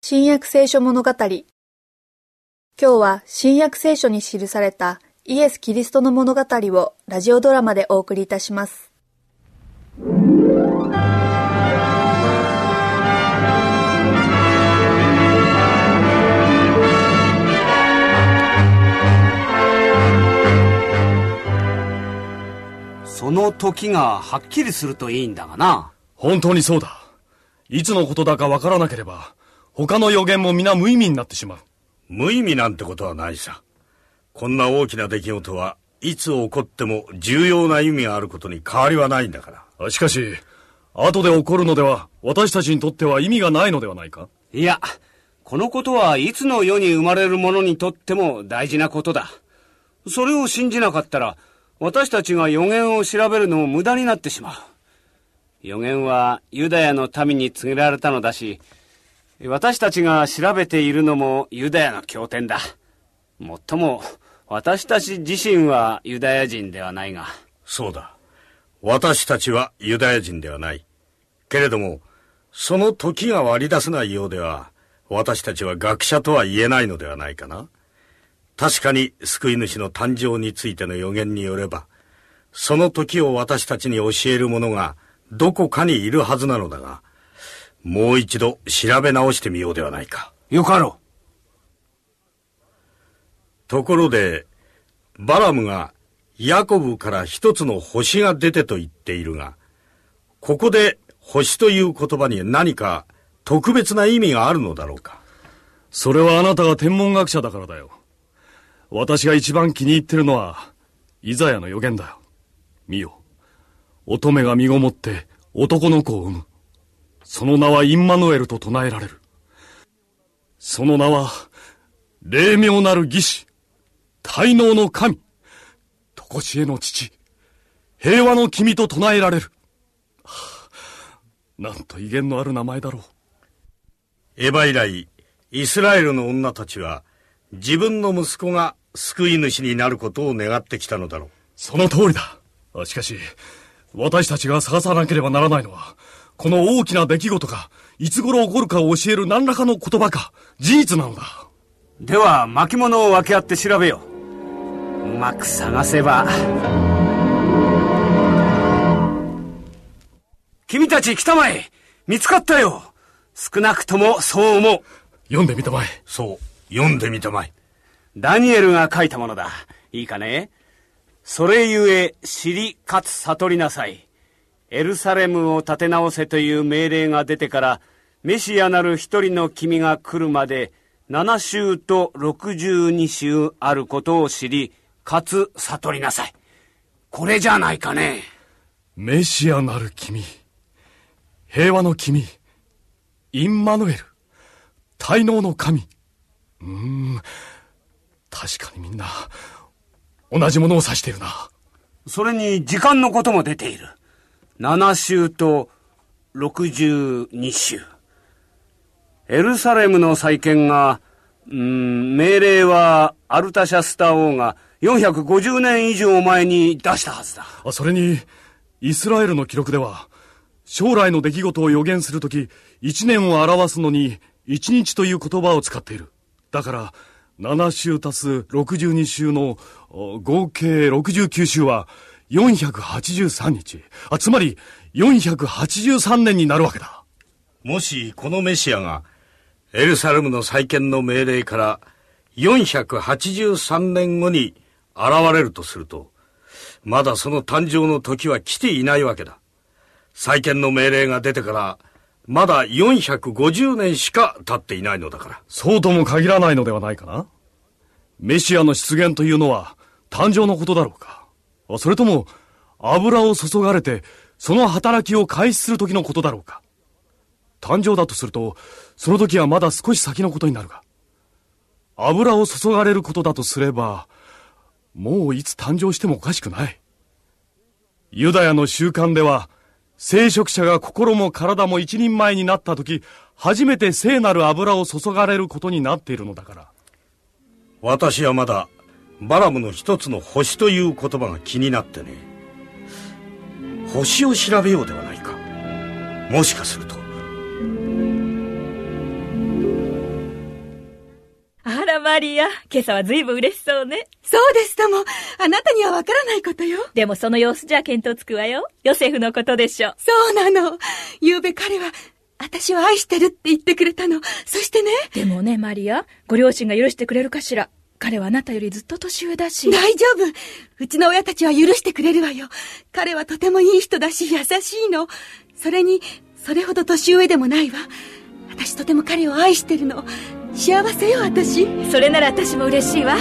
新約聖書物語。今日は新約聖書に記されたイエス・キリストの物語をラジオドラマでお送りいたします。 その時がはっきりするといいんだがな。 本当にそうだ。いつのことだかわからなければ他の予言も皆無意味になってしまう。 無意味なんてことはないさ。こんな大きな出来事はいつ起こっても重要な意味があることに変わりはないんだから。 しかし後で起こるのでは私たちにとっては意味がないのではないか。 いや、このことはいつの世に生まれる者にとっても大事なことだ。それを信じなかったら私たちが予言を調べるのも無駄になってしまう。予言はユダヤの民に告げられたのだし、私たちが調べているのもユダヤの経典だ。もっとも私たち自身はユダヤ人ではないが。 そうだ。私たちはユダヤ人ではない。けれども、その時が割り出せないようでは、私たちは学者とは言えないのではないかな。確かに救い主の誕生についての予言によれば、その時を私たちに教える者がどこかにいるはずなのだが、もう一度調べ直してみようではないか。 よかろう。 ところで、バラムがヤコブから一つの星が出てと言っているが、ここで星という言葉に何か特別な意味があるのだろうか。 それはあなたが天文学者だからだよ。私が一番気に入ってるのはイザヤの予言だよ。見よ、乙女が身ごもって男の子を産む。その名はインマヌエルと唱えられる。その名は霊妙なる義士、大能の神、常しえの父、平和の君と唱えられる。なんと威厳のある名前だろう。 エバ以来、イスラエルの女たちは自分の息子が救い主になることを願ってきたのだろう。 その通りだ。しかし私たちが探さなければならないのは、この大きな出来事がいつ頃起こるかを教える何らかの言葉か事実なのだ。 では巻物を分け合って調べよう。うまく探せば。君たち来たまえ。見つかったよ。少なくともそう思う。 読んでみたまえ。 そう、読んでみたまえ。 ダニエルが書いたものだ。いいかね。それゆえ知りかつ悟りなさい。エルサレムを建て直せという命令が出てからメシアなる一人の君が来るまで7週と62週あることを知りかつ悟りなさい。これじゃないかね。 メシアなる君、平和の君、インマヌエル、大能の神。確かにみんな同じものを指しているな。 それに時間のことも出ている。7週と62週。エルサレムの再建が、命令はアルタシャスター王が450年以上前に出したはずだ。 それにイスラエルの記録では、将来の出来事を予言するとき1年を表すのに1日という言葉を使っている。だから7週足す62週の合計69週は483日。つまり483年になるわけだ。 もしこのメシアがエルサレムの再建の命令から483年後に現れるとすると、まだその誕生の時は来ていないわけだ。再建の命令が出てからまだ450年しか経っていないのだから。 そうとも限らないのではないかな。メシアの出現というのは誕生のことだろうか。それとも油を注がれてその働きを開始する時のことだろうか。誕生だとするとその時はまだ少し先のことになるが、油を注がれることだとすればもういつ誕生してもおかしくない。ユダヤの習慣では、聖職者が心も体も一人前になった時、初めて聖なる油を注がれることになっているのだから。 私はまだバラムの一つの星という言葉が気になってね。星を調べようではないか。もしかするとらマリア、今朝は随分嬉しそうね。 そうですとも、あなたにはわからないことよ。 でもその様子じゃ見当つくわよ。ヨセフのことでしょ。 そうなの。昨べ彼は、私を愛してるって言ってくれたの。そしてね。 でもね、マリア、ご両親が許してくれるかしら。彼はあなたよりずっと年上だし。 大丈夫。うちの親たちは許してくれるわよ。彼はとてもいい人だし、優しいの。それに、それほど年上でもないわ。私とても彼を愛してるの。幸せよ、私。 それなら私も嬉しいわ。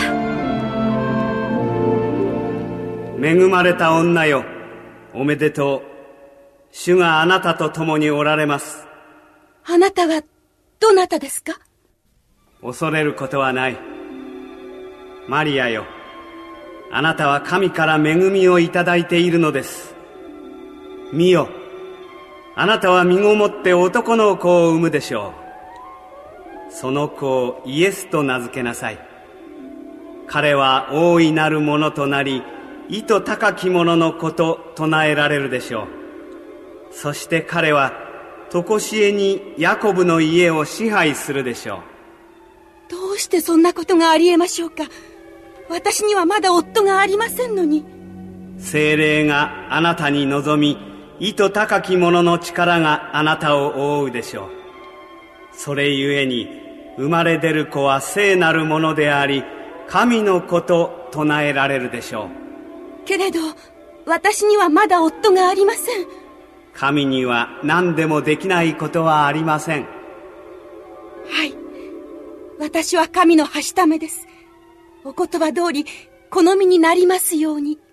恵まれた女よ、おめでとう。主があなたと共におられます。 あなたは、どなたですか？ 恐れることはない。マリアよ、あなたは神から恵みをいただいているのです。見よ、あなたは身ごもって男の子を産むでしょう。その子をイエスと名付けなさい。彼は大いなるものとなり、意図高きものの子と唱えられるでしょう。そして彼は常しえにヤコブの家を支配するでしょう。 どうしてそんなことがありえましょうか。私にはまだ夫がありませんのに。 聖霊があなたに望み、意図高きものの力があなたを覆うでしょう。それゆえに生まれ出る子は聖なるものであり、神の子と唱えられるでしょう。 けれど私にはまだ夫がありません。 神には何でもできないことはありません。 はい、私は神のはしためです。お言葉通り好みになりますように。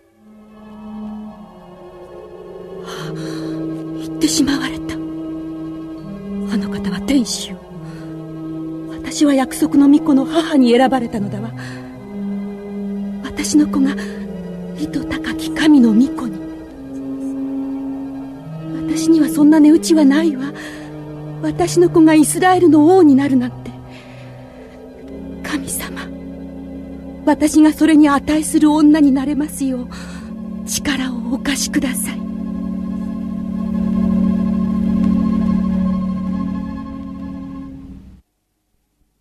言ってしまわれた。あの方は天使よ。私は約束の御子の母に選ばれたのだわ。私の子が意図高き神の御子に。私にはそんな値打ちはないわ。私の子がイスラエルの王になるなんて。神様、私がそれに値する女になれますよう力をお貸しください。